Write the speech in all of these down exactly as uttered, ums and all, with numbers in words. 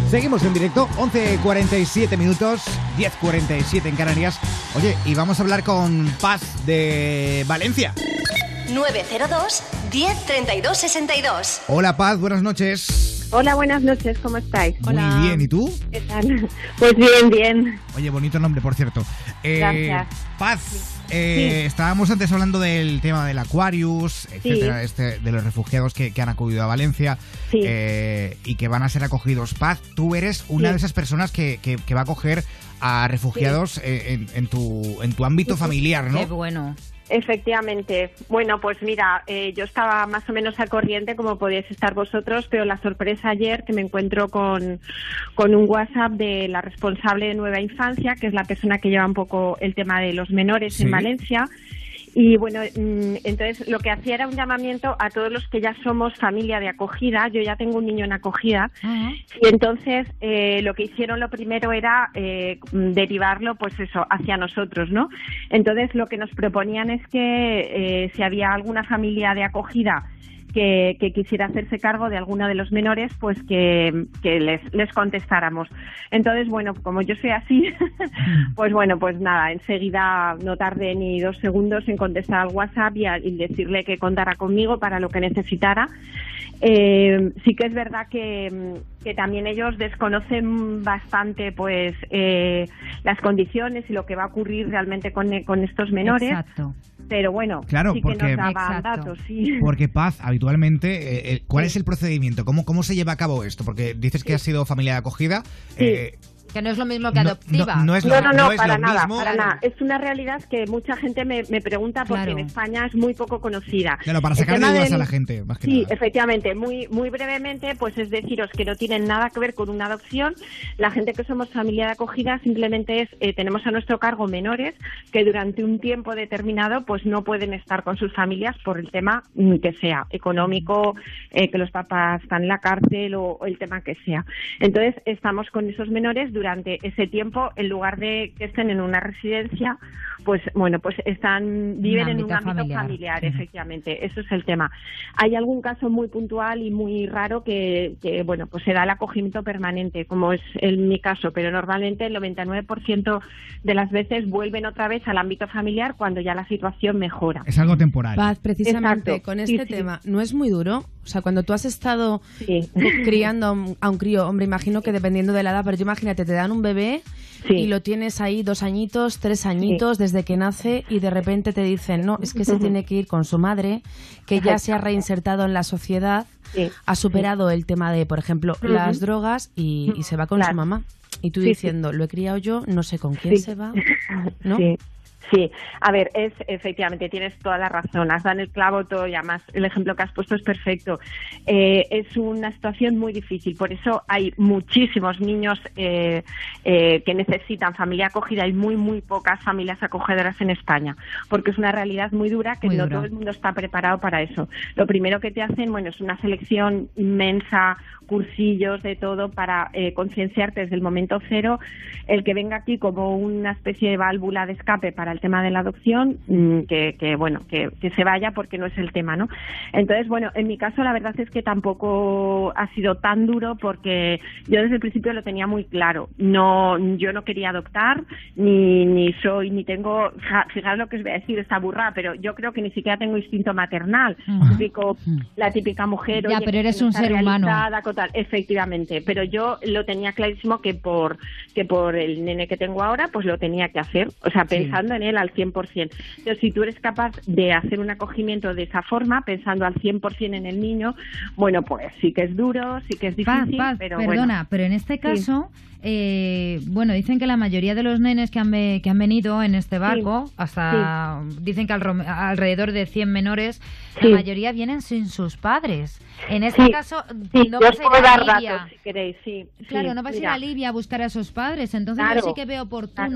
Seguimos en directo, once cuarenta y siete minutos, diez cuarenta y siete en Canarias. Oye, y vamos a hablar con Paz de Valencia. nueve cero dos, diez, treinta y dos, sesenta y dos. Hola Paz, buenas noches. Hola, buenas noches, ¿cómo estáis? Hola. Muy bien, ¿y tú? ¿Qué tal? Pues bien, bien. Oye, bonito nombre, por cierto. Eh, Gracias. Paz, Sí. eh, Sí. estábamos antes hablando del tema del Aquarius, etcétera, Sí. este, de los refugiados que, que han acudido a Valencia Sí. eh, y que van a ser acogidos. Paz, tú eres una Sí. de esas personas que, que, que va a acoger a refugiados Sí. eh, en, en, tu, en tu ámbito familiar, ¿no? Qué bueno. Efectivamente. Bueno, pues mira, eh, yo estaba más o menos al corriente, como podéis estar vosotros, pero la sorpresa ayer que me encuentro con, con un WhatsApp de la responsable de Nueva Infancia, que es la persona que lleva un poco el tema de los menores Sí. en Valencia. Y bueno, mm, entonces lo que hacía era un llamamiento a todos los que ya somos familia de acogida. Yo ya tengo un niño en acogida. Uh-huh. Y entonces eh, lo que hicieron lo primero era eh, derivarlo, pues eso, hacia nosotros, ¿no? Entonces lo que nos proponían es que eh, si había alguna familia de acogida que, que quisiera hacerse cargo de alguno de los menores, pues que, que les, les contestáramos. Entonces, bueno, como yo soy así, pues bueno, pues nada, enseguida no tardé ni dos segundos en contestar al WhatsApp y, a, y decirle que contara conmigo para lo que necesitara. Eh, sí que es verdad que, que también ellos desconocen bastante pues eh, las condiciones y lo que va a ocurrir realmente con, con estos menores. Exacto. Pero bueno, Claro, sí porque- que nos daban Exacto. datos, sí. Porque Paz, habitualmente, eh, eh, ¿cuál Sí. es el procedimiento? ¿Cómo, ¿Cómo se lleva a cabo esto? Porque dices que has sido familia de acogida. Sí. eh, Que no es lo mismo que no- adoptiva. No, no es lo, No, no, no, es para lo nada, mismo. para nada. Es una realidad que mucha gente me, me pregunta porque Claro. en España es muy poco conocida. Claro, para El sacarle tema dudas del- a la gente, más que Sí, nada. efectivamente. Muy, muy brevemente, pues es deciros que no tienen nada que ver con una adopción. La gente que somos familia de acogida simplemente es, eh, tenemos a nuestro cargo menores que durante un tiempo determinado pues no pueden estar con sus familias por el tema mm, que sea, económico, eh, que los papás están en la cárcel o, o el tema que sea. Entonces, estamos con esos menores durante ese tiempo, en lugar de que estén en una residencia, pues bueno, pues están viven en un ámbito ámbito familiar. familiar, Ujú. efectivamente. Eso es el tema. Hay algún caso muy puntual y muy raro que, que bueno, pues se da el acogimiento permanente, como es en mi caso, pero normalmente el noventa y nueve por ciento de las veces vuelven otra vez al ámbito familiar cuando ya la situación mejora. Es algo temporal. Paz, precisamente Exacto. con Sí, este sí. tema, ¿no es muy duro? O sea, cuando tú has estado Sí. criando a un, a un crío, hombre, imagino que dependiendo de la edad, pero yo imagínate, te dan un bebé Sí. y lo tienes ahí dos añitos, tres añitos desde que nace y de repente te dicen, no, es que se Ujú. tiene que ir con su madre, que ya se ha reinsertado en la sociedad, Sí. ha superado el tema de, por ejemplo, Ujú. las drogas y, y se va con Claro. su mamá. Y tú Sí, sí. diciendo, lo he criado yo, no sé con quién Sí. se va, ¿no? Sí. Sí, a ver, es efectivamente, tienes toda la razón, has dado en el clavo todo y además el ejemplo que has puesto es perfecto. Eh, es una situación muy difícil, por eso hay muchísimos niños eh, eh, que necesitan familia acogida y muy, muy pocas familias acogedoras en España, porque es una realidad muy dura que Muy no dura. todo el mundo está preparado para eso. Lo primero que te hacen, bueno, es una selección inmensa, cursillos de todo para eh, concienciarte desde el momento cero, el que venga aquí como una especie de válvula de escape para el tema de la adopción, mmm, que, que bueno, que, que se vaya porque no es el tema, ¿no? Entonces, bueno, en mi caso la verdad es que tampoco ha sido tan duro porque yo desde el principio lo tenía muy claro. No, yo no quería adoptar, ni, ni soy, ni tengo, ja- fijaos lo que os voy a decir, esta burra, pero yo creo que ni siquiera tengo instinto maternal. Ujú. Típico, la típica mujer. Ya, oye, pero que eres no un está ser humano. realizada, con tal. Efectivamente, pero yo lo tenía clarísimo que por que por el nene que tengo ahora, pues lo tenía que hacer, o sea, Sí. pensando en él al cien por ciento. Entonces, si tú eres capaz de hacer un acogimiento de esa forma, pensando al cien por ciento en el niño, bueno, pues sí que es duro, sí que es Paz, difícil, Paz, pero perdona, bueno. pero en este caso, eh, bueno, dicen que la mayoría de los nenes que han, ve- que han venido en este barco, hasta dicen que al rom- alrededor de cien menores, Sí. la mayoría vienen sin sus padres. En este Sí, caso, Sí, no yo vas os a ir puedo a dar Libia. datos si queréis, sí. Claro, sí, no vas a ir mira. a Libia a buscar a sus padres, entonces Claro, yo sí que veo oportuno claro.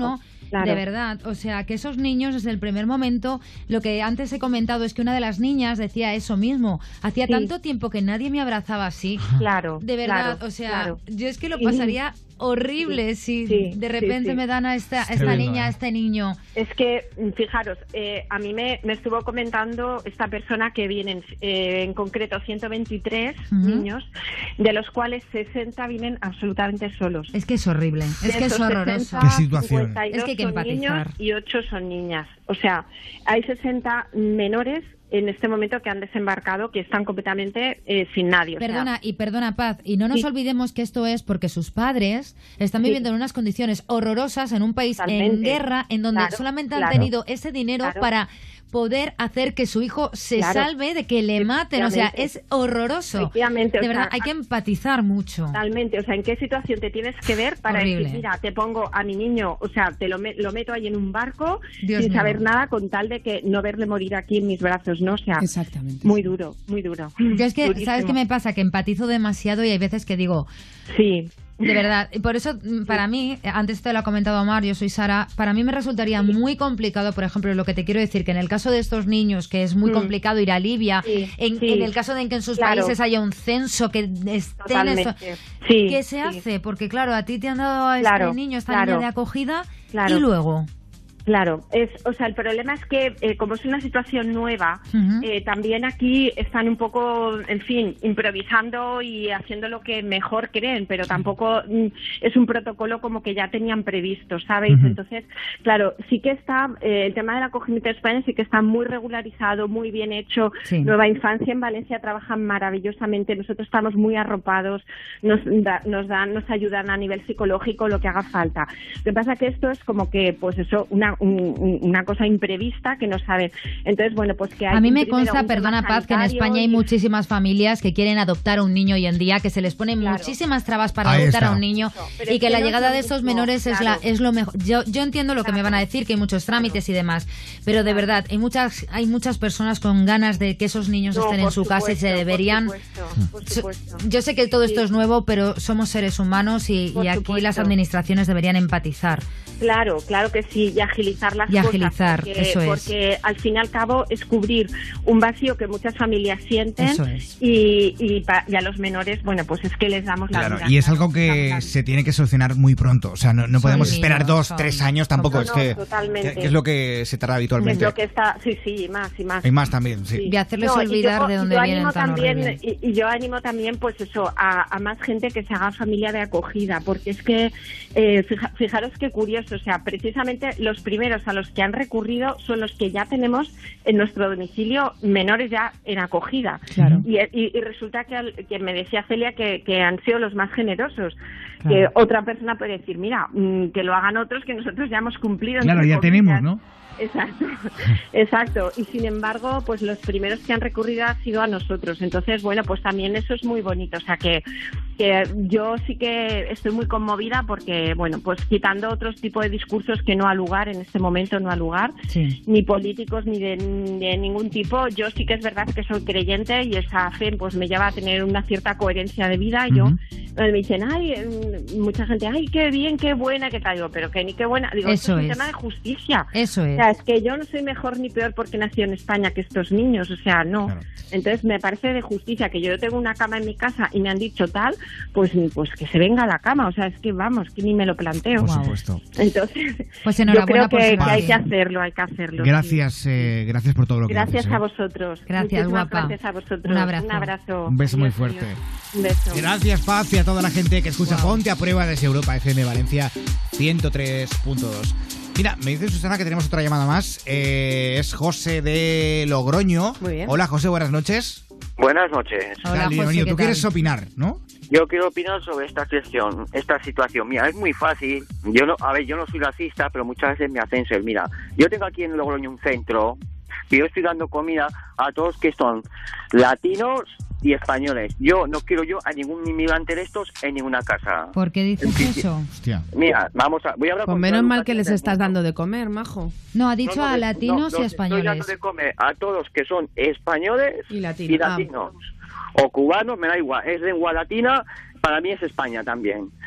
claro. de verdad. O sea, que esos niños desde el primer momento, lo que antes he comentado es que una de las niñas decía eso mismo. Hacía Sí. tanto tiempo que nadie me abrazaba así. Claro. De verdad, claro, o sea, claro. yo es que lo pasaría horrible si Sí, de sí, repente sí. me dan a esta, esta Tremendo, niña, ¿eh? a este niño. Es que, fijaros, eh, a mí me, me estuvo comentando esta persona que vienen, eh, en concreto, ciento veintitrés Ujú. niños, de los cuales sesenta viven absolutamente solos. Es que es horrible, es De que es esos horroroso. sesenta, Qué situación. cincuenta y dos Es que hay que son empatizar. niños y ocho son niñas. O sea, hay sesenta menores en este momento que han desembarcado que están completamente eh, sin nadie. O sea, Perdona, y perdona, Paz, y no nos Sí. olvidemos que esto es porque sus padres están Sí. viviendo en unas condiciones horrorosas en un país en Totalmente. guerra, en donde Claro, solamente han claro. tenido ese dinero Claro. para poder hacer que su hijo se Claro. salve de que le maten. O sea, Efectivamente. es horroroso. Efectivamente, De o verdad, sea, hay que empatizar mucho. Totalmente, o sea, ¿en qué situación te tienes que ver para Horrible. decir, mira, te pongo a mi niño, o sea, te lo, me- lo meto ahí en un barco Dios sin mío. saber nada con tal de que no verle morir aquí en mis brazos, ¿no? O sea, Exactamente. muy duro, muy duro. Yo es que, Durísimo. ¿sabes qué me pasa? Que empatizo demasiado y hay veces que digo, Sí, de verdad, y por eso mm, para mí, eh, antes te lo ha comentado Omar, yo soy Sara, para mí me resultaría muy complicado, por ejemplo, lo que te quiero decir, que en el caso de estos niños, que es muy Mm. complicado ir a Libia, Sí, en, sí. en el caso de que en sus Claro. países haya un censo, que estén... Totalmente. eso- Sí, ¿Qué se sí. hace? Porque claro, a ti te han dado a este Claro, niño, esta claro. niña de acogida, Claro. y luego... Claro, es, o sea, el problema es que eh, como es una situación nueva, Ujú. eh, también aquí están un poco, en fin, improvisando y haciendo lo que mejor creen, pero tampoco mm, es un protocolo como que ya tenían previsto, ¿sabéis? Ujú. Entonces, claro, sí que está, eh, el tema del acogimiento de España sí que está muy regularizado, muy bien hecho. Sí. Nueva Infancia en Valencia trabaja maravillosamente, nosotros estamos muy arropados, nos, da- nos dan, nos ayudan a nivel psicológico lo que haga falta. Lo que pasa que esto es como que, pues eso, una, un- un- una cosa imprevista que no saben. Entonces, bueno, pues que hay A mí me primero consta, un tema perdona Paz, que en sanitario España hay y- muchísimas familias que quieren adoptar a un niño hoy en día, que se les ponen Claro. muchísimas trabas para Ahí adoptar está. a un niño Pero y es que que la no es llegada lo de estos mismo, menores es la claro. es lo mejor. Yo yo entiendo lo que me van a decir, que hay muchos trámites y demás, pero de verdad hay muchas hay muchas personas con ganas de que esos niños No, estén en por su casa y se supuesto, deberían. Por supuesto, por So- supuesto. Yo sé que todo esto Sí. es nuevo, pero somos seres humanos y, Por y aquí supuesto. las administraciones deberían empatizar. Claro, claro que sí, y agilizar las Y cosas. agilizar, porque, eso es. Porque al fin y al cabo es cubrir un vacío que muchas familias sienten Eso es. y, y, pa- y a los menores, bueno, pues es que les damos la Claro, vida. y es algo Les damos que la se tiene que solucionar muy pronto. O sea, no, no Son podemos niños, esperar dos, son- tres años tampoco. No, es no, que, totalmente. que- que es lo que se tarda Es habitualmente. lo que está, sí, sí, más y más. Hay más también, sí. Y hacerles No, y olvidar yo- de y dónde yo vienen animo tan también, horrible. y, y yo animo también, pues eso, a, a más gente que se haga familia de acogida, porque es que, eh, fija- fijaros qué curioso, o sea, precisamente los primeros a los que han recurrido son los que ya tenemos en nuestro domicilio menores ya en acogida. Claro. Y, y- y resulta que, al- que me decía Celia que, que han sido los más generosos. Claro. Que otra persona puede decir, mira, mm, que lo hagan otros, que nosotros ya hemos cumplido. Claro, entre ya comillas. tenemos, ¿no? Exacto, exacto. Y sin embargo, pues los primeros que han recurrido han sido a nosotros. Entonces, bueno, pues también eso es muy bonito. O sea que, que yo sí que estoy muy conmovida porque, bueno, pues quitando otros tipos de discursos que no ha lugar en este momento, no ha lugar, Sí. ni políticos ni de, de ningún tipo. Yo sí que es verdad que soy creyente y esa fe pues me lleva a tener una cierta coherencia de vida. Yo Ujú. me dicen, ay, mm, mucha gente, ay, qué bien, qué buena, qué tal. Digo, pero que ni qué buena. Digo, Eso esto es un es. tema de justicia. Eso O es. sea, es que yo no soy mejor ni peor porque nací en España que estos niños, o sea, no. Claro. Entonces me parece de justicia que yo tengo una cama en mi casa y me han dicho tal, pues pues que se venga a la cama, o sea, es que vamos, que ni me lo planteo. Por Wow. supuesto. Entonces, Pues yo enhorabuena creo por que, su que hay que valía. hacerlo, hay que hacerlo. Gracias, eh, gracias por todo lo sí. que Gracias haces, ¿eh? a vosotros. Gracias, Muchísimas guapa. Gracias a vosotros. Un abrazo. Un abrazo. Un beso muy Adiós, fuerte. adiós. Un beso. Gracias, Paz, y a toda la gente que escucha Wow. Ponte a Prueba desde Europa F M Valencia ciento tres punto dos. Mira, me dice Susana que tenemos otra llamada más. Eh, es José de Logroño. Muy bien. Hola, José, buenas noches. Buenas noches. Hola, Dale, José, bienvenido. ¿qué Tú tal? quieres opinar, ¿no? Yo quiero opinar sobre esta cuestión, esta situación. Mira, es muy fácil. Yo no, a ver, yo no soy racista, pero muchas veces me hacen ser. Mira, yo tengo aquí en Logroño un centro y yo estoy dando comida a todos que son latinos y españoles. Yo no quiero yo a ningún inmigrante de estos en ninguna casa. ¿Por qué dices Sí, sí. eso? Hostia. Mira, vamos a, voy a hablar Pues con menos toda la mal que educación les del estás mundo. dando de comer, majo. No, ha dicho No, no, a no, latinos no, y no, Estoy dando españoles. de comer a todos que son españoles Y latinos. y latinos. O cubanos, me da igual. Es lengua latina, para mí es España también.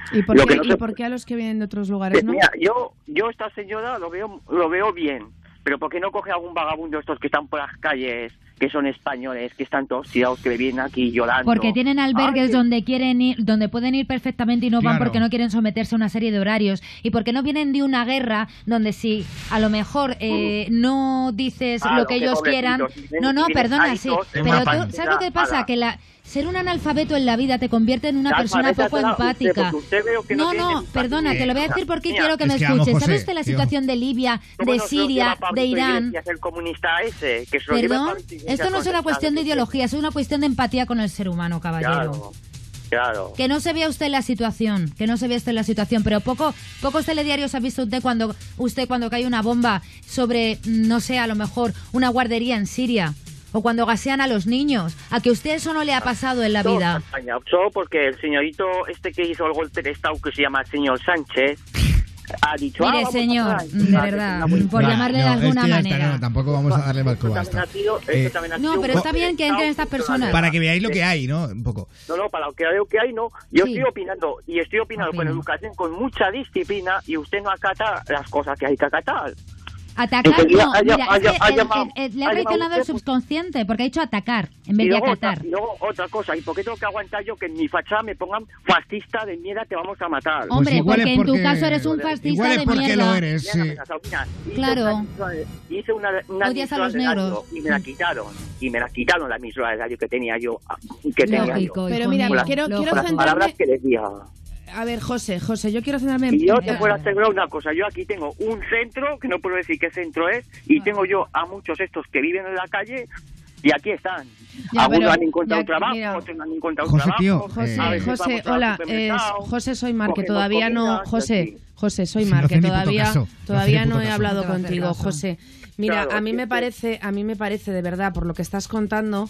¿Y por, Lo qué, que no ¿y se- por qué a los que vienen de otros lugares no? Mira, yo, yo esta señora lo veo, lo veo bien, pero ¿por qué no coge algún vagabundo estos que están por las calles, que son españoles, que están todos tirados, que vienen aquí llorando? Porque tienen albergues Ay, donde quieren ir, donde pueden ir perfectamente y no van Claro. porque no quieren someterse a una serie de horarios y porque no vienen de una guerra donde si a lo mejor eh, no dices Claro, lo que qué ellos quieran. pobrecitos, vienen- No, no, vienen perdona, ahí sí. todos en Pero una tú, ¿sabes pandilla, lo que pasa? ala. Que la ser un analfabeto en la vida te convierte en una La persona alfabeta poco será usted, empática. porque usted veo que no No, tiene no, empatía. perdona, te lo voy a decir porque Mira, quiero que es me que vamos, escuches. ¿Sabe José, usted la tío. situación de Libia, ¿Cómo de no se lo Siria, lleva de Pablito Irán? Iglesias, el comunista ese, que se lo lleva Perdón, Pablito Iglesias esto no es con una esa- cuestión de ideología, es una cuestión de empatía con el ser humano, caballero. Claro, claro. Que no se vea usted en la situación, que no se vea usted en la situación, pero poco, pocos telediarios ha visto usted cuando usted cuando cae una bomba sobre, no sé, a lo mejor una guardería en Siria, o cuando gasean a los niños. A que usted eso no le ha pasado en la Todo vida. España, solo porque el señorito este que hizo el golpe de Estado, que se llama el señor Sánchez, ha dicho... Mire, ah, vamos a señor, hacer- de Ah, verdad, que es una por Va, llamarle de no, alguna es que ya está, manera. no, tampoco vamos a darle más Esto coba a también esto. ha sido- esto Eh, también ha no, sido pero un está golpe bien de que entren Estado estas personas. Para que veáis lo que hay, ¿no? Un poco. No, no, para lo que veo que hay, no. Yo Sí. estoy opinando, y estoy opinando Opina. con educación, con mucha disciplina, y usted no acata las cosas que hay que acatar. Atacar Enseguida no, haya- mira, es haya- que haya el- el- llamado- el- le ha haya traicionado llamado el usted, pues- subconsciente, porque ha dicho atacar en vez Y de luego, acatar. otra, y luego otra cosa, ¿y por qué tengo que aguantar yo que en mi fachada me pongan fascista de mierda, te vamos a matar? Pues Hombre, igual porque es en tu porque- caso eres un Igual fascista es de porque mierda. lo eres, Mira, sí. mira, mira, hice Claro. una emisora de- Hice una, una Odias a emisora los de radio negros. y me la quitaron. Y me la quitaron la emisora de radio que tenía yo. Que tenía Lógico, yo. Pero hijo mira, mío, quiero- quiero lógico. Las centrarme- palabras que decía. A ver, José, José, yo quiero centrarme en... Y yo te en- puedo asegurar una cosa, yo aquí tengo un centro, que no puedo decir qué centro es, y tengo yo a muchos estos que viven en la calle, y aquí están. Ya, Algunos pero han encontrado ya, trabajo, mira. otros no han encontrado José, trabajo. tío, José, Eh, A veces José, vamos al hola, eh, supermercado, José, soy Mar, que cogemos todavía no, comida, José, así. José, soy Sí, Mar, no que hace ni puto todavía, caso, no todavía hace ni no puto he caso. hablado No te va a hacer contigo, caso. José. Mira, Claro, a mí es me que- parece, a mí me parece de verdad, por lo que estás contando,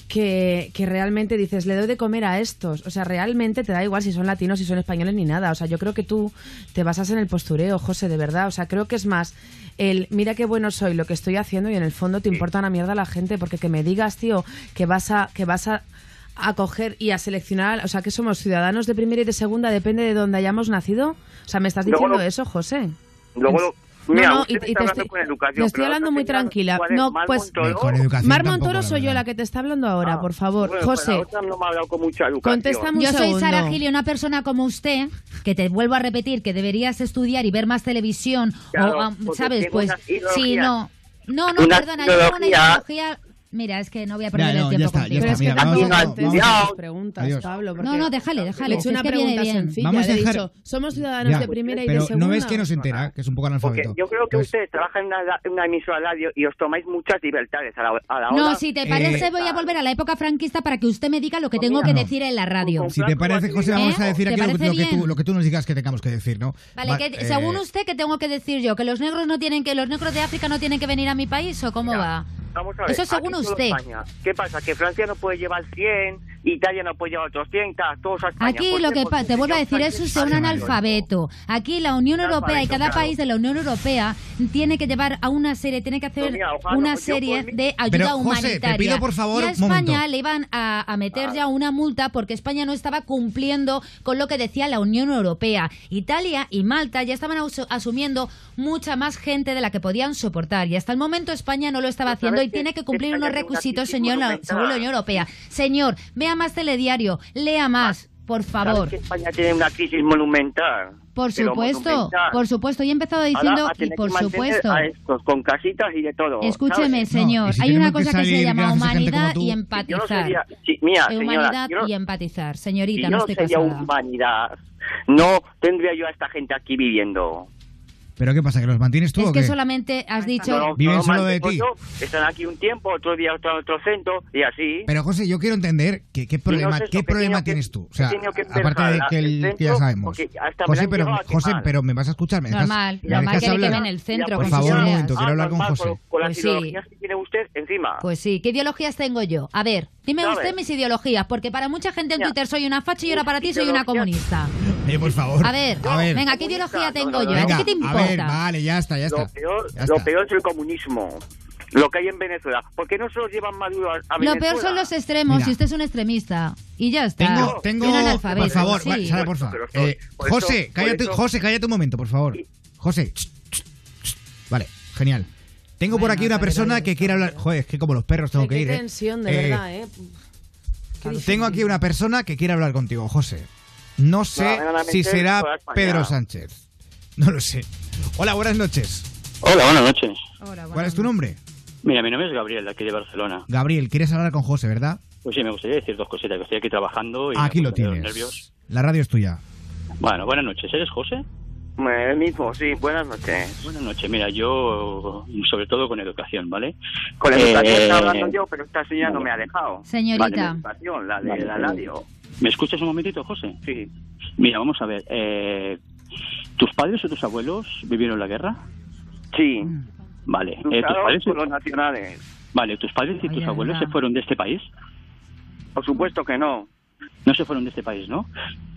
que, que realmente dices, le doy de comer a estos. O sea, realmente te da igual si son latinos, si son españoles, ni nada. O sea, yo creo que tú te basas en el postureo, José, de verdad. O sea, creo que es más el, mira qué bueno soy, lo que estoy haciendo, y en el fondo te importa una mierda la gente, porque que me digas, tío, que vas a, que vas a, a coger y a seleccionar, o sea, que somos ciudadanos de primera y de segunda, depende de dónde hayamos nacido. O sea, ¿me estás Luego diciendo lo- eso, José? Luego, lo- mira, no, no, usted y, me y está te hablando estoy, con educación, te estoy pero hablando otra muy señora, tranquila. ¿cuál es? No, Mar pues Montoro. Eh, con educación Mar tampoco, Montoro la soy yo verdad. la que te está hablando ahora, Ah, por favor. bueno, pues José, la otra no me ha hablado con mucha educación. contéstame un Yo soy segundo. Sara Gil, y una persona como usted, que te vuelvo a repetir, que deberías estudiar y ver más televisión, Claro, o, um, porque ¿sabes? tengo Pues unas sí, ideologías. no. No, no, Unas perdona, yo tengo una ideologías. ideología... Mira, es que no voy a perder Ya, no, el ya tiempo está, ya contigo. Pero está. es que Mira, vamos tampoco a- contestes vamos a- a sus preguntas, Adiós. Pablo. porque No, no, déjale, déjale. Le he hecho es una que viene pregunta bien. sencilla. Vamos a le he dejar- dicho, somos ciudadanos Ya, de primera y pero de segunda. no ves que no se entera, que es un poco Porque analfabeto. yo creo que Entonces, ustedes trabajan en una, en una emisora de radio y os tomáis muchas libertades a la, a la hora. No, si te parece, Eh, voy a volver a la época franquista para que usted me diga lo que Pues tengo mira, que no. decir en la radio. Pues si te parece, José, vamos ¿Eh? a decir ¿Te aquí lo, parece lo que tú, bien? lo que tú nos digas que tengamos que decir, ¿no? Vale, Va- que, eh, según usted, ¿qué tengo que decir yo? ¿Que los negros no tienen que los negros de África no tienen que venir a mi país o cómo Mira, va? Vamos a ver, Eso según aquí solo usted. España. ¿Qué pasa? Que Francia no puede llevar cien, Italia no puede llevar otros cien, todos a España. Aquí ¿Por lo qué? que Porque pa- te vuelvo a ellos decir es están usted un en España. analfabeto. Aquí la Unión Un Europea y cada analfabeto, país de la Unión Europea tiene que llevar a una serie, tiene que hacer Pues mira, ojalá, una pues yo serie por mí- de ayuda Pero, José, humanitaria. te pido, por favor, y a un España momento. le iban a, a meter ya una multa porque España no estaba cumpliendo con lo que decía la Unión Europea. Italia y Malta ya estaban asu- asumiendo mucha más gente de la que podían soportar y hasta el momento España no lo estaba Pues haciendo sabes y que tiene que cumplir España unos tiene una requisitos, crisis señor, la- monumental. según la Unión Europea. Señor, vea más telediario, lea más, por ¿Sabes favor. que España tiene una crisis monumental? Por Pero supuesto, monumental. por supuesto. Y he empezado Ahora, diciendo, a y tener por que mantener supuesto. a estos con casitas y de todo. Escúcheme, ¿sabes? señor. No, y si Hay una tenemos que cosa que se salir llama gracias a gente humanidad como tú. y Yo no empatizar. sería, sí, mira, señora, Humanidad yo no- y empatizar. si Señorita, yo no no estoy sería casada. humanidad, no tendría yo a esta gente aquí viviendo. ¿Pero qué pasa? ¿Que los mantienes tú Es o que qué? solamente has dicho... No, no, Viven no solo de mantengo ti. yo, están aquí un tiempo, otro día están en otro centro y así. Pero, José, yo quiero entender que, qué problema, sé eso, qué que problema tengo que- tienes tú. O sea, que tengo que aparte de dejar que, el, el que ya centro, sabemos. porque hasta me José, han pero, llegado a José, quemar. pero me vas a escuchar. ¿Me dejas, Normal, me normal dejas que le hablar? quemen el centro. Por con favor, sus un ideas. momento, quiero hablar con normal, José. Con las Pues sí. ideologías que tiene usted encima. Pues sí, ¿qué ideologías tengo yo? A ver, dime ¿Sabes? usted mis ideologías, porque para mucha gente en Ya. Twitter soy una facha y ahora para ti soy una Ideologías- comunista. Oye, por favor. A ver, a ver. venga, ¿qué ideología No, tengo no, no, yo? ¿A ti Venga, qué te a importa? ver, vale, ya está, ya está. Lo peor, Ya lo está. peor es el comunismo. lo que hay en Venezuela. ¿Por qué no se los llevan Maduro a, a Venezuela? Lo peor son los extremos, Mira. si usted es un extremista. Y ya está. Tengo, tengo, Un analfabeto, por favor, sí. va, Sara, por favor. Pero soy- Eh, por eso- José, por cállate, eso- José, cállate un momento, por favor. José. Vale, genial. Tengo por Bueno, aquí una Javier, persona oye, que quiere hablar. Joder, es que como los perros tengo Ay, que qué ir. eh. tensión, de Eh, verdad, ¿eh? Qué Tengo difícil. aquí una persona que quiere hablar contigo, José. No sé verdaderamente si será toda España. Pedro Sánchez. No lo sé. Hola, buenas noches. Hola, buenas noches. Hola, ¿Cuál es tu nombre? Mira, mi nombre es Gabriel, de aquí de Barcelona. Gabriel, ¿quieres hablar con José, verdad? Pues sí, me gustaría decir dos cositas, que estoy aquí trabajando y... Aquí me lo pongo de los tienes. nervios. La radio es tuya. Bueno, buenas noches. ¿Eres José? El mismo, sí, buenas noches. Buenas noches. Mira, yo, sobre todo con educación, ¿vale? Con la Eh, educación estaba hablando yo, pero esta señora no me ha dejado. Señorita. Educación, la de Vale. la radio. ¿Me escuchas un momentito, José? Sí. Mira, vamos a ver. Eh, ¿Tus padres o tus abuelos vivieron la guerra? Sí. Vale. Eh, ¿tus Lucharon padres, por los nacionales. vale, ¿tus padres y Ay, tus es abuelos verdad. se fueron de este país? Por supuesto que no. No se fueron de este país, ¿no?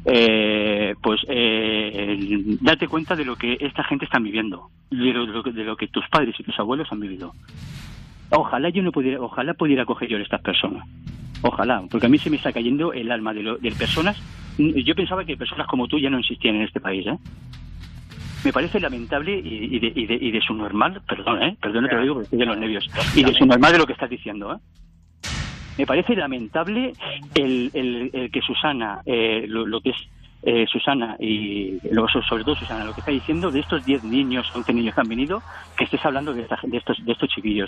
Eh, pues eh, date cuenta de lo que esta gente está viviendo, de lo, de lo que- de lo que tus padres y tus abuelos han vivido. Ojalá yo no pudiera, ojalá pudiera coger yo a estas personas. Ojalá, porque a mí se me está cayendo el alma de, lo, de personas. Yo pensaba que personas como tú ya no existían en este país, ¿eh? Me parece lamentable y, y, de, y, de, y de su normal, perdón, ¿eh? Perdón, te lo digo porque estoy en los nervios. Y de su normal de lo que estás diciendo, ¿eh? Me parece lamentable el, el, el que Susana, eh, lo, lo que es eh, Susana y lo, sobre todo Susana, lo que está diciendo de estos diez niños, once niños que han venido, que estés hablando de, esta, de, estos, de estos chiquillos.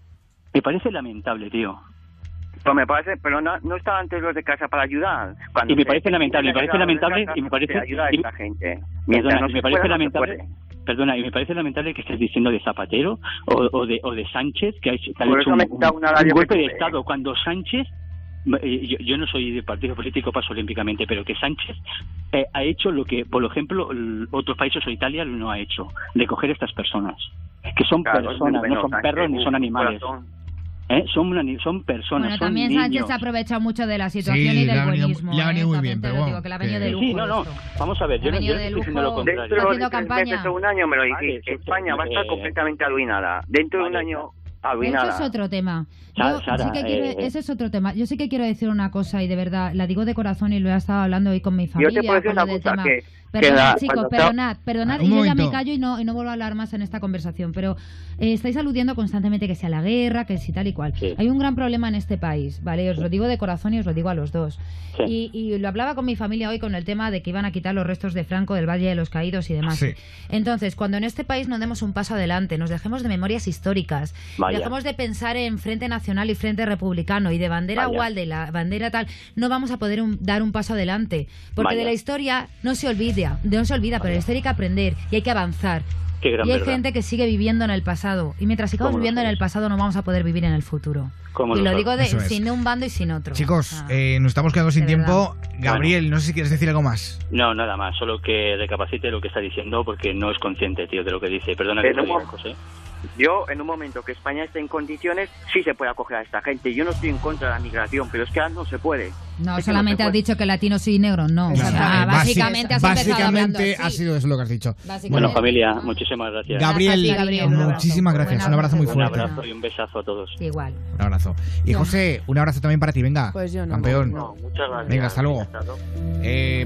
Me parece lamentable, tío. Pues me parece, pero no, no estaban antes los de casa para ayudar. Cuando Y me se- parece lamentable, me parece se- lamentable se- y me parece- se ayuda a y- esta gente. Perdona, Mientras no me se parece pueda, no se lamentable. puede. Perdona, y me parece lamentable que estés diciendo de Zapatero o, o de o de Sánchez que ha hecho, que ha Por hecho eso un, me he quitado un- una radio un golpe que de tuve. Estado cuando Sánchez, eh, yo, yo no soy de partido político, paso olímpicamente, pero que Sánchez eh, ha hecho lo que, por ejemplo, l- otros países o Italia no ha hecho, de coger a estas personas, que son Claro, es muy personas, bueno, no son Sánchez, perros ni son un animales. corazón. ¿eh? Son, una ni- son personas, Bueno, son también niños. Sánchez se ha aprovechado mucho de la situación Sí, y le del ha venido- buenismo. le ha venido ¿eh? muy También bien, te pero lo bueno, digo, que le ha venido que- de Sí, lujo sí, no, no. esto. Vamos a ver, yo Ha no, venido yo no de estoy diciendo lo lujo. contrario. Dentro Está de haciendo tres campaña. meses o un año me lo Vale, dijiste. sí, España va a estar eh, completamente arruinada. Dentro de un vale. año Eso arruinada. es otro tema. Sara, Yo Sara, sí que quiero, eh, ese es otro tema. Yo sí que quiero decir una cosa y de verdad la digo de corazón y lo he estado hablando hoy con mi Yo familia. te puedo decir con lo una del cosa, tema. que- Perdonad, que la- chicos, cuando perdonad, perdonad, Un y yo ya me momento. callo y no, y no vuelvo a hablar más en esta conversación, pero eh, estáis aludiendo constantemente que sea la guerra, que si tal y cual. Sí. Hay un gran problema en este país, ¿vale? Os lo digo de corazón y os lo digo a los dos. Sí. Y, y lo hablaba con mi familia hoy con el tema de que iban a quitar los restos de Franco del Valle de los Caídos y demás. Sí. Entonces, cuando en este país no demos un paso adelante, nos dejemos de memorias históricas, Vaya. dejemos de pensar en Frente Nacional y Frente Republicano y de bandera Vaya. igual de la bandera tal, no vamos a poder un- dar un paso adelante. Porque Vaya. de la historia no se olvida, no se olvida, pero de la historia hay que aprender y hay que avanzar. Qué gran Y hay verdad. gente que sigue viviendo en el pasado. Y mientras sigamos ¿Cómo lo viviendo en sabes? el pasado, no vamos a poder vivir en el futuro. ¿Cómo Y lo lo digo de, sabes? Eso es. sin un bando y sin otro. Chicos, Ah. eh, nos estamos quedando sin de tiempo. Gabriel, no sé si quieres decir algo más. No, nada más, solo que recapacite lo que está diciendo porque no es consciente, tío, de lo que dice. Perdona que Pero te diga, no- José. Yo, en un momento que España esté en condiciones, sí se puede acoger a esta gente. Yo no estoy en contra de la migración, pero es que ahora no se puede. No, Es que solamente no has se dicho que latinos y negros no. O sea, Exactamente. básicamente has empezado hablando Básicamente así. ha sido eso lo que has dicho. Básicamente. Bueno, familia, muchísimas gracias. Gabriel, Gracias, Gabriel, un abrazo. muchísimas gracias. Buen Un abrazo muy Un fuerte. abrazo y un besazo a todos. Igual. Un abrazo. Y José, un abrazo también para ti. Venga, Pues yo no. campeón. No, muchas gracias. Venga, hasta luego. Hasta luego. Eh,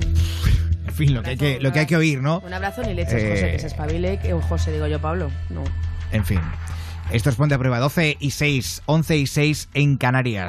en fin, lo que hay que, lo que, hay que oír, ¿no? Un abrazo ni leches, Eh, José, que se espabile. Que, oh, José, digo yo, Pablo. No. En fin. Esto es Ponte a Prueba, doce y seis, once y seis en Canarias.